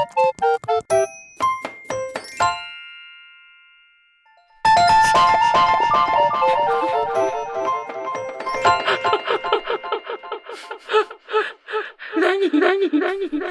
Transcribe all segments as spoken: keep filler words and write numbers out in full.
何何何何何何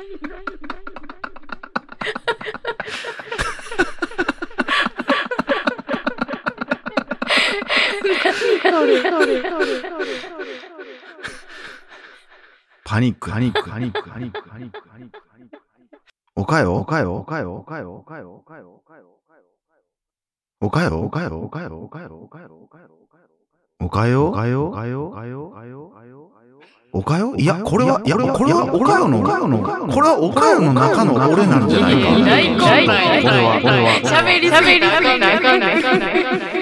パニックパニックパニックパニックパニックパニックパニックおかよおかよおかよおかよおかよおかよおかよおかよおかよおかよおかよおかよおかよおかよおかよおかよおかよおかよおかよいやこれはいやこれはおかよのこれはおかよの中の俺なんじゃないかいないこないこれはこれは喋りすぎたあかんないあかんないあかんない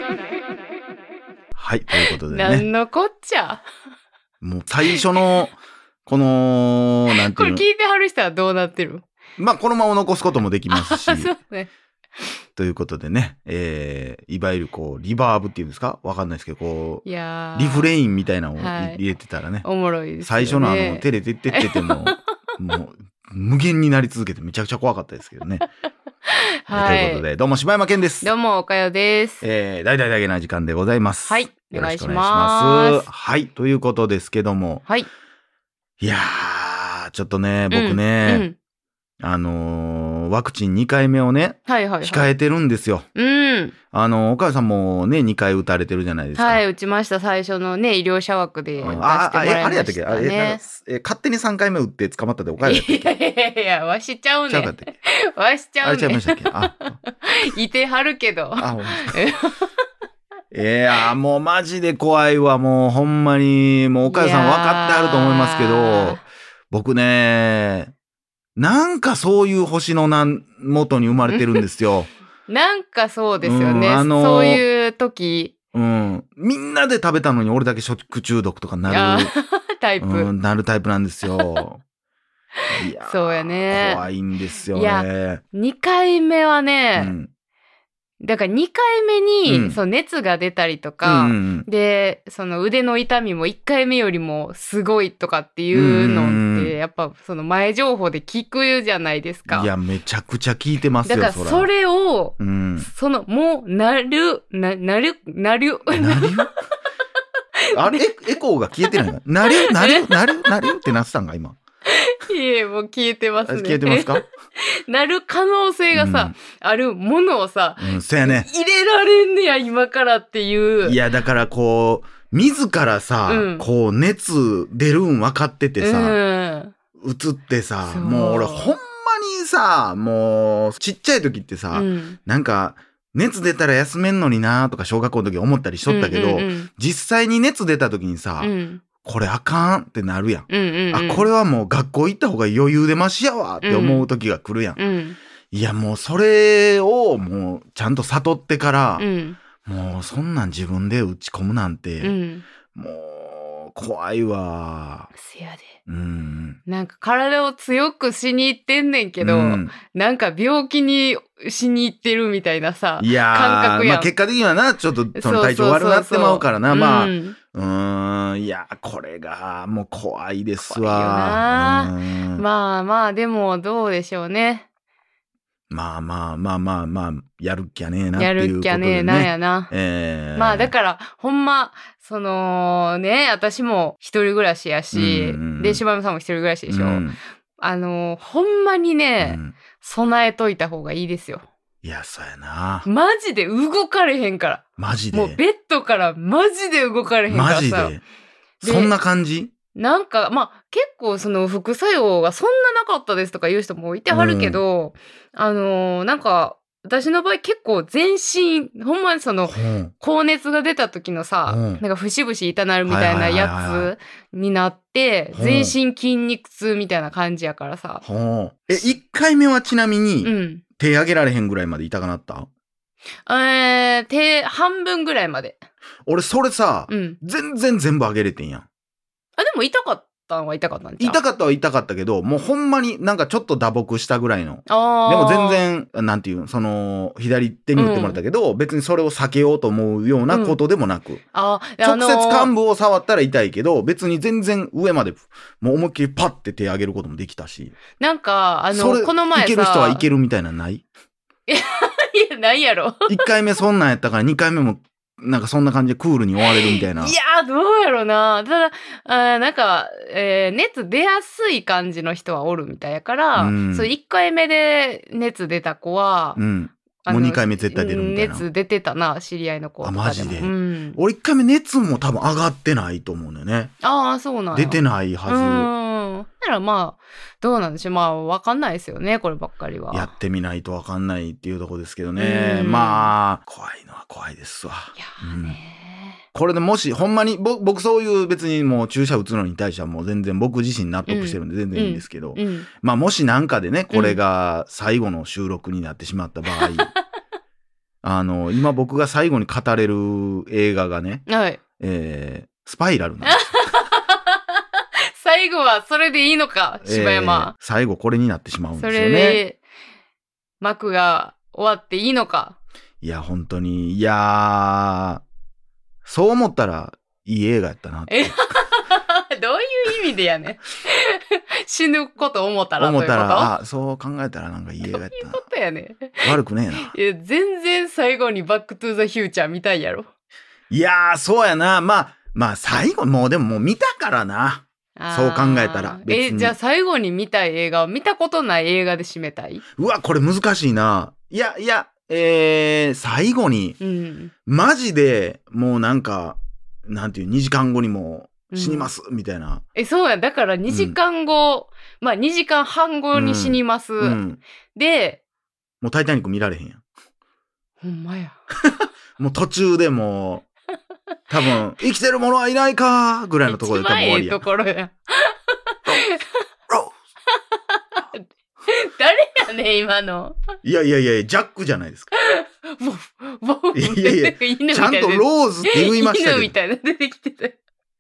はいということでね何のこっちゃもう最初のこのなんてこれいうの聞いてはる人はどうなってるまあこのまま残すこともできますしあそうねということでね、えー、いわゆるこうリバーブっていうんですかわかんないですけどこういやリフレインみたいなのをはい入れてたらね、 おもろいですよね最初のあのテレてってっててももう無限になり続けてめちゃくちゃ怖かったですけどね、 はいということでどうも柴山健です。 どうもおかよですえー、大々だけな時間でございます。 はいよろしくお願いしお願いしまますす。はいということですけどもはいいやーちょっとね僕ね、 うんうんあのー、ワクチンにかいめをねはいはいはい控えてるんですよ。 うんあのお母さんもねにかい打たれてるじゃないですか。 はい打ちました最初のね医療者枠で出してもああえらいましたねあれやったっけあれなんかえ勝手にさんかいめ打って捕まったでおかやったっいやいやいやわしちゃうねけちゃうかったっけわしちゃうねあれちゃいましたっけあいてはるけどあほんまいやもうマジで怖いわもうほんまにもうお母さん分かってはると思いますけいやーど僕ねなんかそういう星のなん元に生まれてるんですよ。 なんかそうですよね、 うんあのーそういう時うんみんなで食べたのに俺だけ食中毒とかあなるタイプ、 うん、なるタイプなんですよ。いやーそうやね怖いんですよいやね。 にかいめはね、 うんだからにかいめに、 うんその熱が出たりとうか、 んうんでその腕の痛みもいっかいめよりもすごいとかっていうのって、 うんうんやっぱその前情報で聞くじゃないですか。 いやめちゃくちゃ聞いてますよ。 だからそれをそらうんそのもうなるななるなるなるあれエエコーが消えてないのなるなるなるなるってなってたんが今いえもう消えてますね。 消えてますかなる可能性がさ、あるものをさ、 うん、うん、そやね入れられんねや今からっていう。 いやだからこう自らさ、 うんこう熱出るん分かっててさ、 うん映ってさそうもう俺ほんまにさもうちっちゃい時ってさ、 うんなんか熱出たら休めんのになとか小学校の時思ったりしとったけど、 うんうん実際に熱出た時にさ、 うんこれあかんってなるやん、 うんうんうん、 あこれはもう学校行った方が余裕でマシやわって思う時が来るやん、 うんいやもうそれをもうちゃんと悟ってからう、んもうそんなん自分で打ち込むなんて、 うんもう怖いわ。 せやでうんなんか体を強くしに行ってんねんけど、 うんなんか病気にしに行ってるみたいなさいや感覚やんーまあ結果的にはなちょっとその体調悪なってまうからなまあうーんいやこれがもう怖いですわ。 怖いよなうんまあまあでもどうでしょうねまあまあまあまあまあやるっきゃねえなっていやうことでね。 るっきゃねえなんやな、 えー、 まあだからほんまそのね私も一人暮らしやし、 うんうんで柴山さんも一人暮らしでしょ、 うんあのほんまにね、 うん備えといた方がいいですよいやそうやなマジで動かれへんからマジでもうベッドからマジで動かれへんからマジさでそんな感じなんかまあ結構その副作用がそんななかったですとか言う人もいてはるけど、あのーなんか私の場合結構全身ほんまにそのほん高熱が出た時のさ、 うんなんか節々痛なるみたいなはいはいはいはやつになってうん全身筋肉痛みたいな感じやからさ、 ほうえいっかいめはちなみうにん手上げられへんぐらいまで痛くなった、 えー、手半分ぐらいまで俺それさ、 うん全然全部上げれてんやん。 あでも痛かったったんは痛かったんちゃう？ 痛かったは痛かったけど、もうほんまになんかちょっと打撲したぐらいの。 あでも全然、なんていうの、その、左手に打ってもらったけど、うん、別にそれを避けようと思うようなことでもなく、うん、あ直接患部を触ったら痛いけど、別に全然上まで、もう思いっきりパッて手上げることもできたし。 なんか、あの、この前さ。 いける人はいけるみたいなのない？ いや、ないやろ。 いっかいめそんなんやったからにかいめも、なんかそんな感じでクールに終われるみたいな。 いやー、どうやろな。ただ、あなんか、えー、熱出やすい感じの人はおるみたいやから、うん、そういっかいめで熱出た子は、うん、 もうにかいめ絶対出るみたいな。 熱出てたな、知り合いの子とかでも。 あ、マジで。 うん、 俺いっかいめ熱も多分上がってないと思うんだよね。 ああ、そうなん出てないはず。 うん。だからまあ、どうなんでしょう。まあ、わかんないですよね、こればっかりは。 やってみないとわかんないっていうとこですけどね。まあ、怖いのは怖いですわ。 いやーね、うん、 これでもし、ほんまに、僕そういう別にもう注射打つのに対してはもう全然僕自身納得してるんで全然いいんですけど、うんうん、まあもしなんかでね、これが最後の収録になってしまった場合、うん、あの、今僕が最後に語れる映画がね、はい、えー、スパイラルなんです。 最後はそれでいいのか、柴山。 えー、最後これになってしまうんですよね。 それで、幕が終わっていいのか。 いや、本当に、いやー、そう思ったらいい映画やったなって。 どういう意味でやねん。死ぬこと思ったら思ったら、あ、そう考えたらなんかいい映画やったな。 どういうことやねん。悪くねえな。 いや、全然最後にバックトゥーザフューチャー見たいやろ。 いやー、そうやな。まあ、まあ最後、もうでももう見たからな。そう考えたら。 別にえ、じゃあ最後に見たい映画を見たことない映画で締めたい？ うわ、これ難しいな。いや、いや、えー、最後に、うん、マジでもうなんか、なんていう、にじかんごにも死にます、うん、みたいな。 え、そうや。だからにじかんご、うん、まあにじかんはんごに死にます。うんうん、で、 もうタイタニック見られへんやん。 ほんまや。 もう途中でもう、多分、生きてる者はいないかぐらいのところで多分終わりや。 一番ええところや。誰やねん、今の。 いやいやいや、ジャックじゃないですか。 ボボいやいや、ちゃんとローズって言いましたけど。 犬みたいな出てきてた。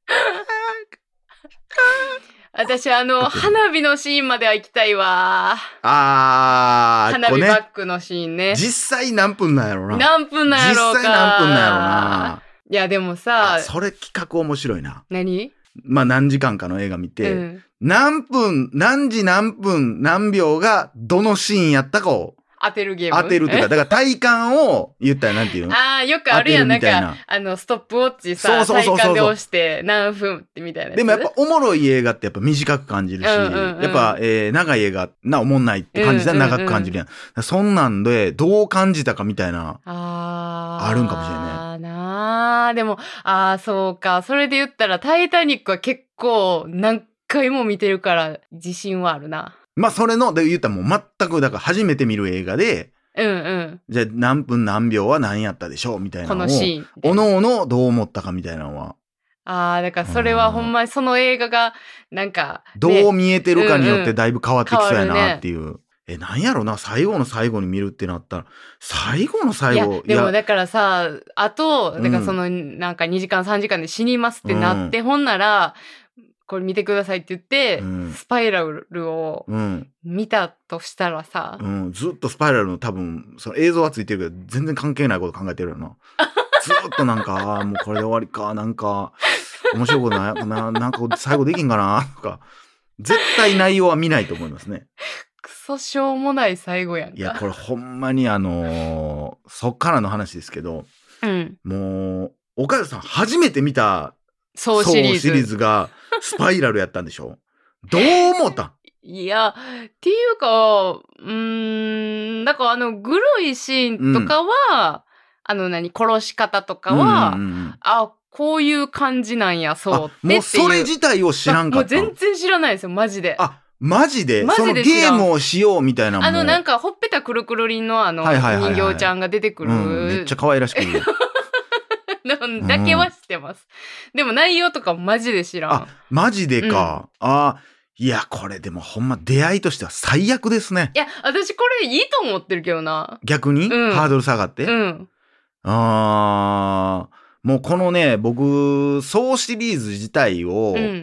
私、あの、花火のシーンまでは行きたいわ。 あー、 花火バックのシーンね。ね、 実際何分なんやろな。 何分なんやろうか。 実際何分なんやろな。 いや、でもさ。 それ企画面白いな。 何？ まあ何時間かの映画見て、うん、何分、何時何分何秒がどのシーンやったかを当てるゲーム。 当てるっていうか、だから体感を言ったらなんていうの？ ああ、よくあるやん。なんか、あの、ストップウォッチさ、そうそうそうそう、体感で押して何分ってみたいなやつ。 でもやっぱおもろい映画ってやっぱ短く感じるし、うんうんうん、やっぱ、えー、長い映画な、おもんないって感じたら長く感じるやん。うんうんうん、そんなんで、どう感じたかみたいな、あ, あるんかもしれない。 ああなあ、でも、ああ、そうか。それで言ったら、タイタニックは結構何回も見てるから自信はあるな。 まあそれの、で言ったらもう全く、だから初めて見る映画で、 うんうん。 じゃあ何分何秒は何やったでしょうみたいなのを、このシーン。おのおのどう思ったかみたいなのは。 ああ、だからそれはほんまにその映画が、なんか、 ね、どう見えてるかによってだいぶ変わってきそうやなっていう。うんうん、え、なんやろな、最後の最後に見るってなったら、最後の最後。 いや、でもだからさ、あと、だからその、なんかにじかんさんじかんで死にますってなって、うん、ほんなら、これ見てくださいって言って、うん、スパイラルを見たとしたらさ、 うん、ずっとスパイラルの多分その映像はついてるけど全然関係ないこと考えてるよな。ずっとなんかあもうこれで終わりか、なんか面白いことないな、なんか最後できんかなとか、絶対内容は見ないと思いますね。 クソしょうもない最後やんか。 いやこれほんまにあのー、そっからの話ですけど、うん、もう岡田さん初めて見たそうシリーズ、 シリーズがスパイラルやったんでしょ？どう思った？ いや、っていうか、うーん、だからあの、グロいシーンとかは、うん、あの何、殺し方とかは、うんうんうん、あ、こういう感じなんや、そうってっていう。 もうそれ自体を知らんかった。 もう全然知らないですよ、マジで。 あ、マジで？マジでそのゲームをしようみたいなもん。 あの、なんか、ほっぺたくるくるりんのあの、はいはいはいはい、人形ちゃんが出てくる。うん、 めっちゃ可愛らしく言う。 だけは知ってます、うん。でも内容とかマジで知らん。 あ、マジでか。うん、あいや、これでもほんま出会いとしては最悪ですね。 いや、私これいいと思ってるけどな。 逆に、うん、ハードル下がって。 うん。 あー、もうこのね、僕、ソーシリーズ自体を、うん、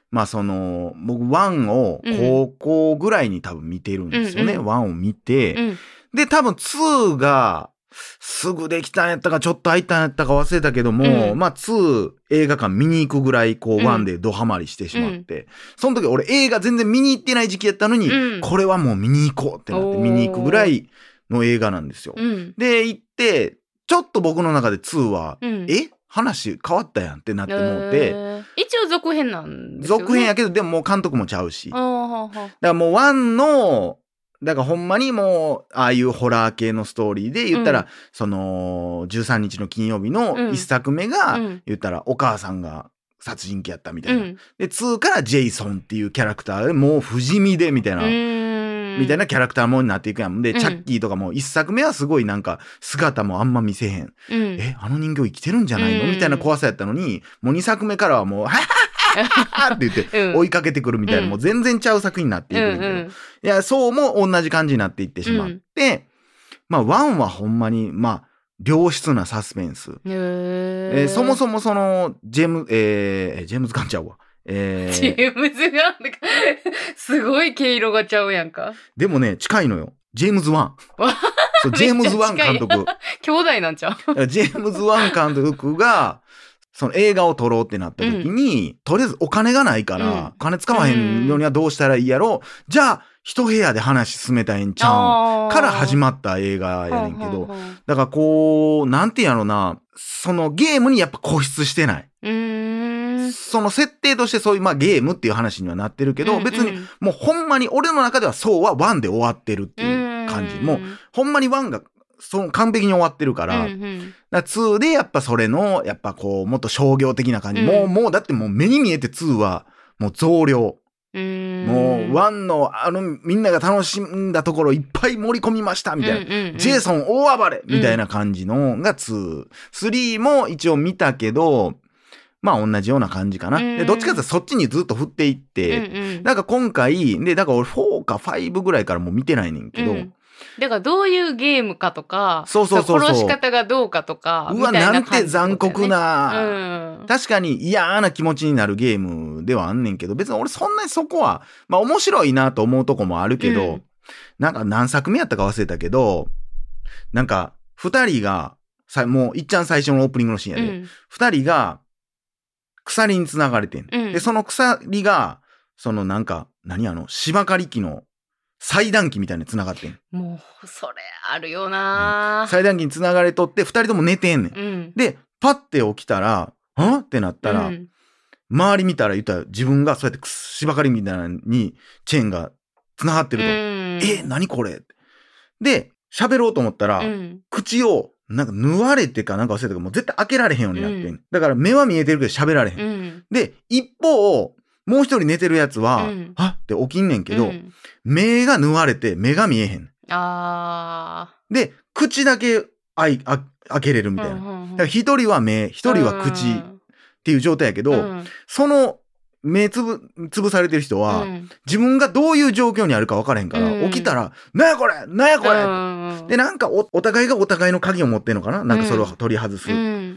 まあその僕ワンを高校ぐらいに多分見てるんですよね、うんうん、ワンを見て、うん、で多分ツーがすぐできたんやったかちょっと空いたんやったか忘れたけども、うん、まあツー映画館見に行くぐらいこう、うん、ワンでドハマりしてしまって、うん、その時俺映画全然見に行ってない時期やったのに、うん、これはもう見に行こうってなって見に行くぐらいの映画なんですよ、うん、で行ってちょっと僕の中でツーは、うん、え話変わったやんってなってもうて、えー、一応続編なんですよね。 続編やけどでももう監督もちゃうし、だからもうワンのだからほんまにもうああいうホラー系のストーリーで言ったら、うん、そのじゅうさんにちの金曜日の一作目が、うん、言ったらお母さんが殺人鬼やったみたいな、うん、でツーからジェイソンっていうキャラクターでもう不死身でみたいなみたいなキャラクターもになっていくやん。で、うん、チャッキーとかも一作目はすごいなんか姿もあんま見せへん、うん、えあの人形生きてるんじゃないの、うん、みたいな怖さやったのにもうにさくめからはもうははははって言って追いかけてくるみたいな、うん、もう全然ちゃう作品になっていくんだけど、うんうん、いやそうも同じ感じになっていってしまって、うん、まあワンはほんまにまあ良質なサスペンス、えー、そもそもそのジェーム、えー、ジェームズ・ガンちゃうわえー、 ジェームズ・ガンすごい毛色がちゃうやんか。 でもね近いのよジェームズ・ワンそうジェームズ・ワン監督兄弟なんちゃうジェームズ・ワン監督がその映画を撮ろうってなった時に、うん、とりあえずお金がないから、うん、金使わへんのにはどうしたらいいやろ、うん、じゃあ一部屋で話進めたいんちゃうんから始まった映画やねんけど、だからこうなんてやろなそのゲームにやっぱ固執してない、うーんその設定としてそういうまあゲームっていう話にはなってるけど、うんうん、別にもうほんまに俺の中ではそうはワンで終わってるっていう感じ、もうほんまにワンがその完璧に終わってるから、うんうん、だからツーでやっぱそれのやっぱこうもっと商業的な感じ、うん、もうもうだってもう目に見えてツーはもう増量、うーんもうワンのあのみんなが楽しんだところいっぱい盛り込みましたみたいな、うんうんうん、ジェイソン大暴れみたいな感じのがツー、スリーも一応見たけどまあ同じような感じかな、うん、でどっちかっていうとそっちにずっと振っていって、うんうん、なんか今回でだから俺フォーかファイブぐらいからもう見てないねんけど、うんだからどういうゲームかとか、そうそうそうそう殺し方がどうかとか、 うわ、みたいな感じ、ね、なんて残酷な、うん、確かに嫌な気持ちになるゲームではあんねんけど、別に俺そんなにそこは、まあ面白いなと思うとこもあるけど、うん、なんか何作目やったか忘れたけど、なんか二人が、もういっちゃん最初のオープニングのシーンやで、うん、二人が鎖に繋がれてん、うん、で、その鎖が、そのなんか、何あの、芝刈り機の裁断機みたいに繋がってん。 もう、それあるよな、 うん、裁断機に繋がれとって、二人とも寝てんねん。うん、で、パッて起きたら、んってなったら、うん、周り見たら言ったら自分がそうやって芝刈りみたいなのにチェーンが繋がってると。うん、え、何これで、喋ろうと思ったら、うん、口をなんか縫われてかなんか忘れたけど、もう絶対開けられへんようになってん。うん、だから目は見えてるけど喋られへん。うん、で、一方、もう一人寝てるやつは、うん、はって起きんねんけど、うん、目が縫われて目が見えへん。あー。で、口だけあいあ開けれるみたいな。うんうんうん、だから一人は目、一人は口っていう状態やけど、うん、その目つぶ、潰されてる人は、うん、自分がどういう状況にあるか分からへんから、うん、起きたら、なんやこれなんやこれ、うん、で、なんか お, お互いがお互いの鍵を持ってんのかな、なんかそれを取り外す。うん、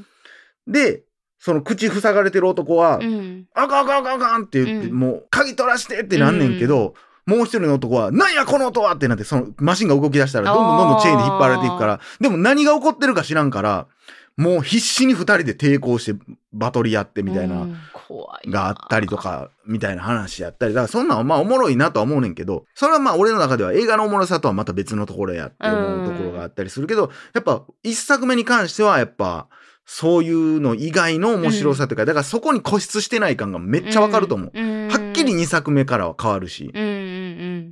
で、その口塞がれてる男は、うん、あかんあかんあかんあかんって言って、うん、もう鍵取らしてってなんねんけど、うん、もう一人の男は、なんやこの音はってなって、そのマシンが動き出したら、どんどんどんどんチェーンで引っ張られていくから、でも何が起こってるか知らんから、もう必死に二人で抵抗してバトり合ってみたいな、うん、怖いがあったりとか、みたいな話やったり、だからそんなんはまあおもろいなとは思うねんけど、それはまあ俺の中では映画のおもろさとはまた別のところやって思うところがあったりするけど、やっぱ一作目に関してはやっぱ、そういうの以外の面白さというか、うん、だからそこに固執してない感がめっちゃわかると思う、うん、はっきりにさくめからは変わるし、うんうんうん、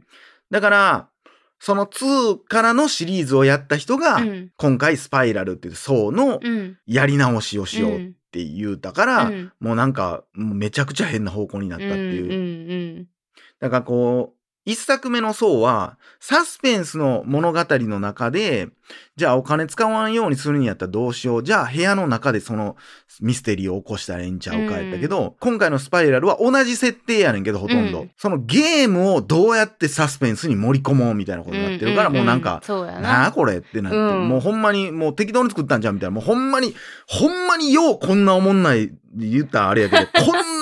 だからそのツーからのシリーズをやった人が、うん、今回スパイラルっていう層のやり直しをしようって言うたから、うん、もうなんかもうめちゃくちゃ変な方向になったっていう、うんうんうん、だからこう一作目の層はサスペンスの物語の中で、じゃあお金使わんようにするんやったらどうしよう、じゃあ部屋の中でそのミステリーを起こしたらええんちゃうかやったけど、うん、今回のスパイラルは同じ設定やねんけどほとんど、うん、そのゲームをどうやってサスペンスに盛り込もうみたいなことになってるから、うんうんうん、もうなんかなあこれってなって、うん、もうほんまにもう適当に作ったんちゃうみたいな、もうほんまにほんまにようこんなおもんない言ったらあれやけどこんな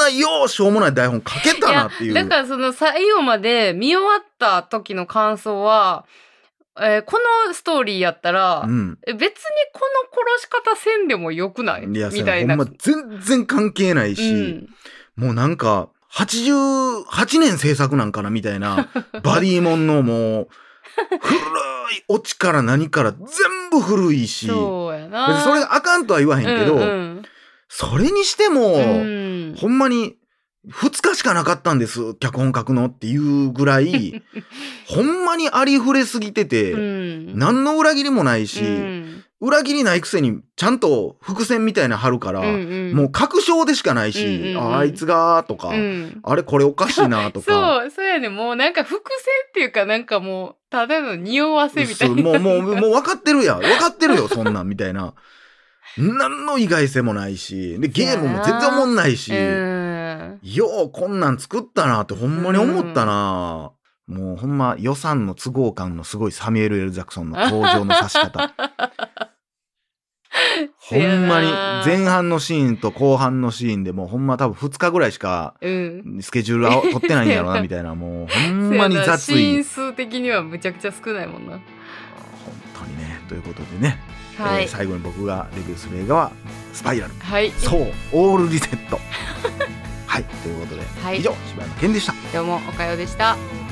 なようしょうもない台本書けたなっていう。 いやだからその最後まで見終わった時の感想は、えー、このストーリーやったら、うん、別にこの殺し方せんでもよくない？いやみたいな。 ほんま全然関係ないし、うん、もうなんかはちじゅうはちねん制作なんかなみたいなバディモンのもう古いオチから何から全部古いし、 そうやな。 それがあかんとは言わへんけど、うんうん、それにしても、うん、ほんまにふつかしかなかったんです脚本書くのっていうぐらいほんまにありふれすぎてて、うん、何の裏切りもないし、うん、裏切りないくせにちゃんと伏線みたいな貼るから、うんうん、もう確証でしかないし、うんうんうん、あ, あいつがとか、うん、あれこれおかしいなとかそうそうやね。もうなんか伏線っていうかなんかもうただの匂わせみたいな。 もうもうもう分かってるやん分かってるよそんなんみたいな何の意外性もないしでゲームも全然おもんないし、ようこんなん作ったなってほんまに思ったな。もうほんま予算の都合感のすごいサミュエル・エル・ジャクソンの登場のさし方ほんまに前半のシーンと後半のシーンでもうほんま多分ふつかぐらいしかスケジュールは取ってないんやろなみたいな、もうほんまに雑い。 シーン数的にはむちゃくちゃ少ないもんな。 本当にね。ということでね、 はい、 えー、最後に僕がレビューする映画はスパイラル、 はい、 そうオールリセットはいということで、はい、以上柴山健でした。 どうもおかよでした。